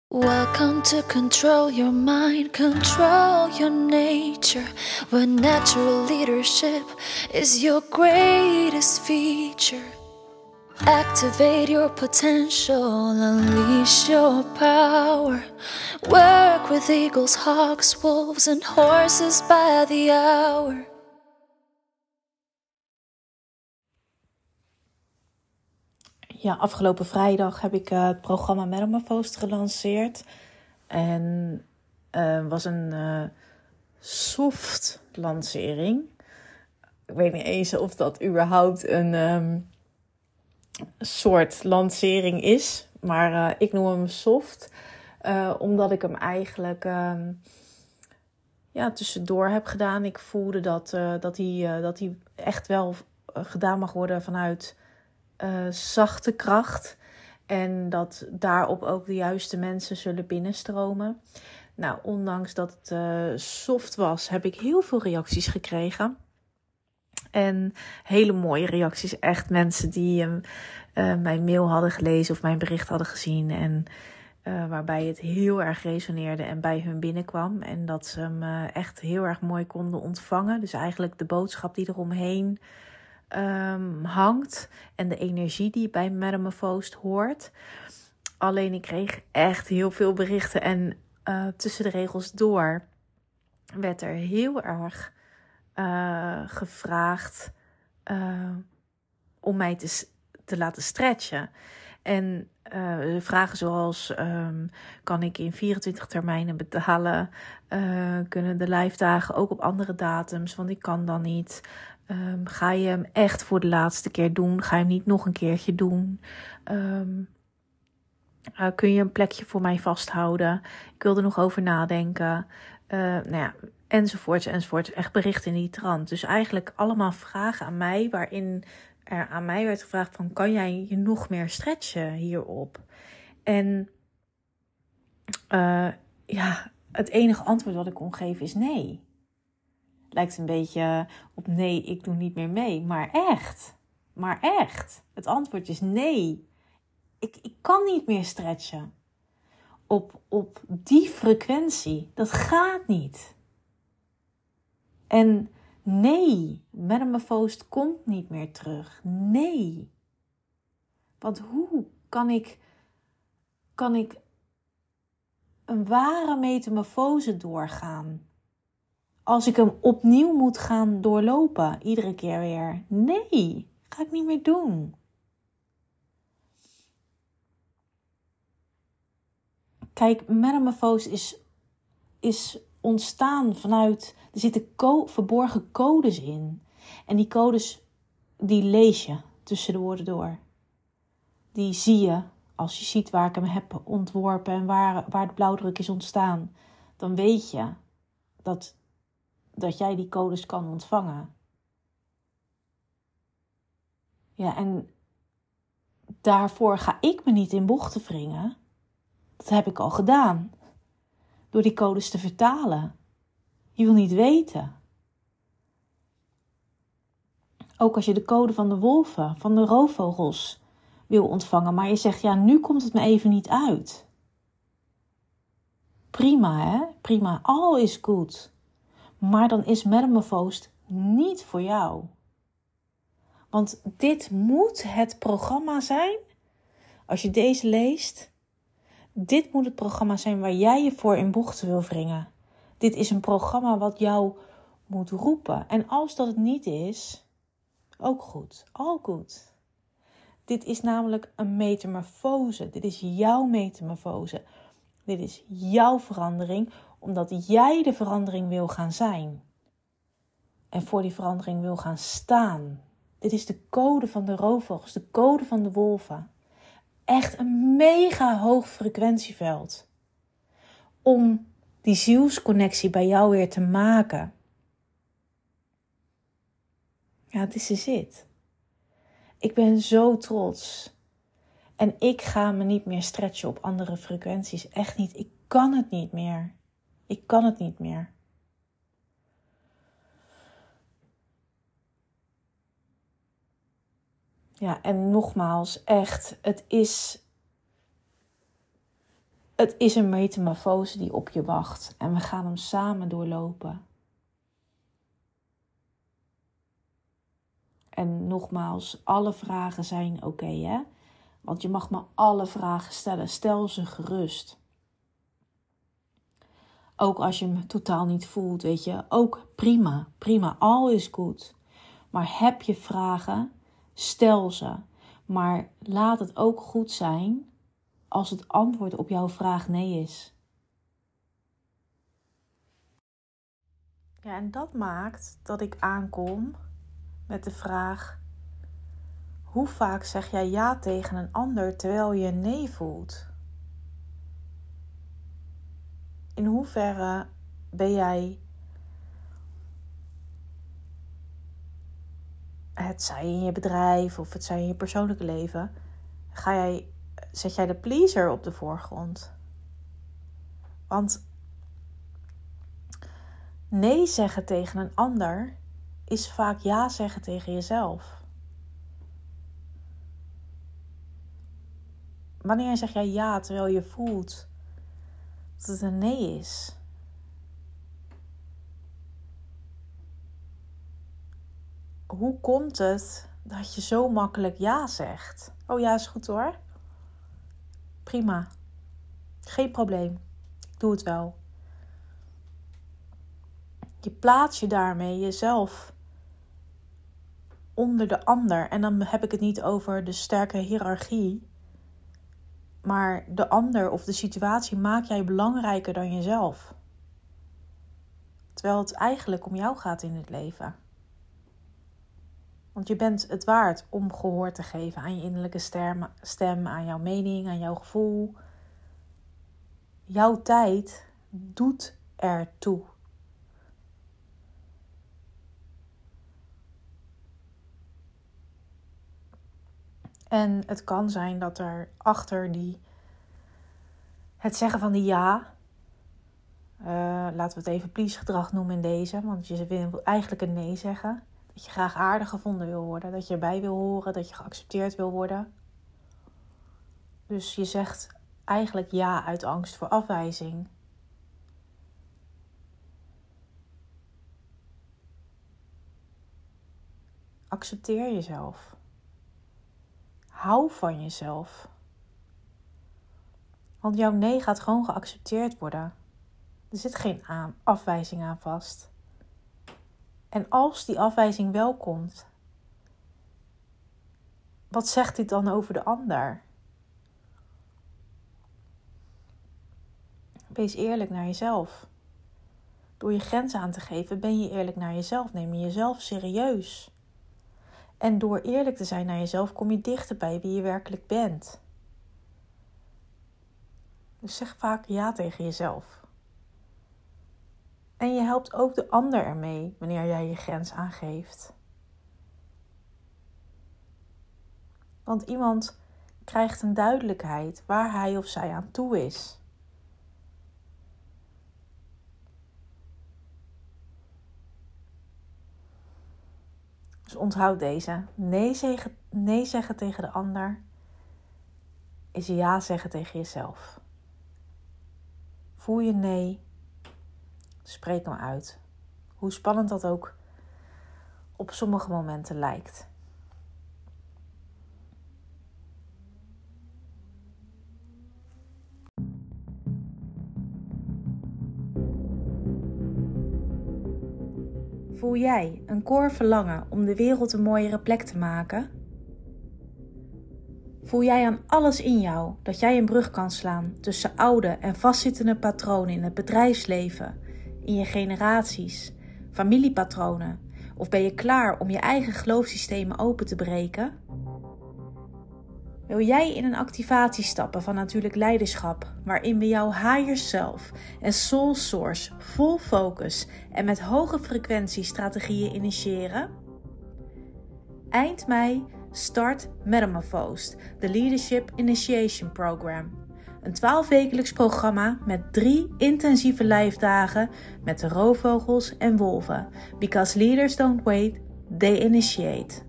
Welcome to control your mind, control your nature, where natural leadership is your greatest feature. Activate your potential, unleash your power. Work with eagles, hawks, wolves, and horses by the hour. Ja, afgelopen vrijdag heb ik het programma Metamorphose gelanceerd. En was een soft lancering. Ik weet niet eens of dat überhaupt een soort lancering is. Maar ik noem hem soft. Omdat ik hem eigenlijk tussendoor heb gedaan. Ik voelde dat hij echt wel gedaan mag worden vanuit zachte kracht. En dat daarop ook de juiste mensen zullen binnenstromen. Nou, ondanks dat het soft was, heb ik heel veel reacties gekregen. En hele mooie reacties. Echt mensen die mijn mail hadden gelezen of mijn bericht hadden gezien. En waarbij het heel erg resoneerde en bij hun binnenkwam. En dat ze hem echt heel erg mooi konden ontvangen. Dus eigenlijk de boodschap die eromheen hangt. En de energie die bij Metamorphose hoort. Alleen ik kreeg echt heel veel berichten. En tussen de regels door werd er heel erg gevraagd om mij te laten stretchen. En vragen zoals, kan ik in 24 termijnen betalen? Kunnen de live dagen ook op andere datums? Want ik kan dan niet. Ga je hem echt voor de laatste keer doen? Ga je hem niet nog een keertje doen? Kun je een plekje voor mij vasthouden? Ik wil er nog over nadenken. Enzovoorts. Echt berichten in die trant. Dus eigenlijk allemaal vragen aan mij, waarin er aan mij werd gevraagd van, kan jij je nog meer stretchen hierop? En het enige antwoord wat ik kon geven is nee. Lijkt een beetje op nee, ik doe niet meer mee. Maar echt. Het antwoord is nee. Ik kan niet meer stretchen. Op die frequentie. Dat gaat niet. En nee, Metamorphose komt niet meer terug. Nee. Want hoe kan ik een ware metamorfose doorgaan? Als ik hem opnieuw moet gaan doorlopen, iedere keer weer. Nee, ga ik niet meer doen. Kijk, Metamorphose is ontstaan vanuit, er zitten verborgen codes in. En die codes, die lees je tussen de woorden door. Die zie je als je ziet waar ik hem heb ontworpen en waar de blauwdruk is ontstaan. Dan weet je dat jij die codes kan ontvangen. Ja, en daarvoor ga ik me niet in bochten wringen. Dat heb ik al gedaan. Door die codes te vertalen. Je wil niet weten. Ook als je de code van de wolven, van de roofvogels wil ontvangen. Maar je zegt, ja, nu komt het me even niet uit. Prima, hè? Prima. All is good. Maar dan is Metamorphose niet voor jou. Want dit moet het programma zijn. Als je deze leest. Dit moet het programma zijn waar jij je voor in bochten wil wringen. Dit is een programma wat jou moet roepen. En als dat het niet is, ook goed. All good. Dit is namelijk een metamorfose. Dit is jouw metamorfose. Dit is jouw verandering, omdat jij de verandering wil gaan zijn. En voor die verandering wil gaan staan. Dit is de code van de roofvogels, de code van de wolven. Echt een mega hoog frequentieveld. Om die zielsconnectie bij jou weer te maken. Ja, this is it. Ik ben zo trots. En ik ga me niet meer stretchen op andere frequenties. Echt niet. Ik kan het niet meer. Ik kan het niet meer. Ja, en nogmaals, echt, het is Het is een metamorfose die op je wacht en we gaan hem samen doorlopen. En nogmaals, alle vragen zijn oké, hè? Want je mag me alle vragen stellen. Stel ze gerust. Ook als je me totaal niet voelt, weet je. Ook prima, prima. All is good. Maar heb je vragen, stel ze. Maar laat het ook goed zijn als het antwoord op jouw vraag nee is. Ja, en dat maakt dat ik aankom met de vraag: hoe vaak zeg jij ja tegen een ander terwijl je nee voelt? In hoeverre ben jij, het zij in je bedrijf of het zij in je persoonlijke leven, zet jij de pleaser op de voorgrond? Want nee zeggen tegen een ander is vaak ja zeggen tegen jezelf. Wanneer zeg jij ja terwijl je voelt dat het een nee is? Hoe komt het dat je zo makkelijk ja zegt? Oh ja, is goed hoor. Prima. Geen probleem. Ik doe het wel. Je plaatst je daarmee jezelf onder de ander. En dan heb ik het niet over de sterke hiërarchie. Maar de ander of de situatie maak jij belangrijker dan jezelf. Terwijl het eigenlijk om jou gaat in het leven. Want je bent het waard om gehoor te geven aan je innerlijke stem, aan jouw mening, aan jouw gevoel. Jouw tijd doet ertoe. En het kan zijn dat er achter het zeggen van die ja, laten we het even please gedrag noemen in deze, want je wil eigenlijk een nee zeggen. Dat je graag aardig gevonden wil worden, dat je erbij wil horen, dat je geaccepteerd wil worden. Dus je zegt eigenlijk ja uit angst voor afwijzing. Accepteer jezelf. Hou van jezelf. Want jouw nee gaat gewoon geaccepteerd worden. Er zit geen afwijzing aan vast. En als die afwijzing wel komt, wat zegt dit dan over de ander? Wees eerlijk naar jezelf. Door je grenzen aan te geven ben je eerlijk naar jezelf. Neem je jezelf serieus. En door eerlijk te zijn naar jezelf kom je dichter bij wie je werkelijk bent. Dus zeg vaak ja tegen jezelf. En je helpt ook de ander ermee wanneer jij je grens aangeeft. Want iemand krijgt een duidelijkheid waar hij of zij aan toe is. Dus onthoud deze. Nee zeggen tegen de ander is ja zeggen tegen jezelf. Voel je nee, spreek hem uit. Hoe spannend dat ook op sommige momenten lijkt. Voel jij een koor verlangen om de wereld een mooiere plek te maken? Voel jij aan alles in jou dat jij een brug kan slaan tussen oude en vastzittende patronen in het bedrijfsleven, in je generaties, familiepatronen? Of ben je klaar om je eigen geloofssystemen open te breken? Wil jij in een activatie stappen van natuurlijk leiderschap, waarin we jouw higher self en soul source vol focus en met hoge frequentie strategieën initiëren? Eind mei start Metamorphosed, de Leadership Initiation Program. Een 12-wekelijks programma met 3 intensieve live dagen met de roofvogels en wolven. Because leaders don't wait, they initiate.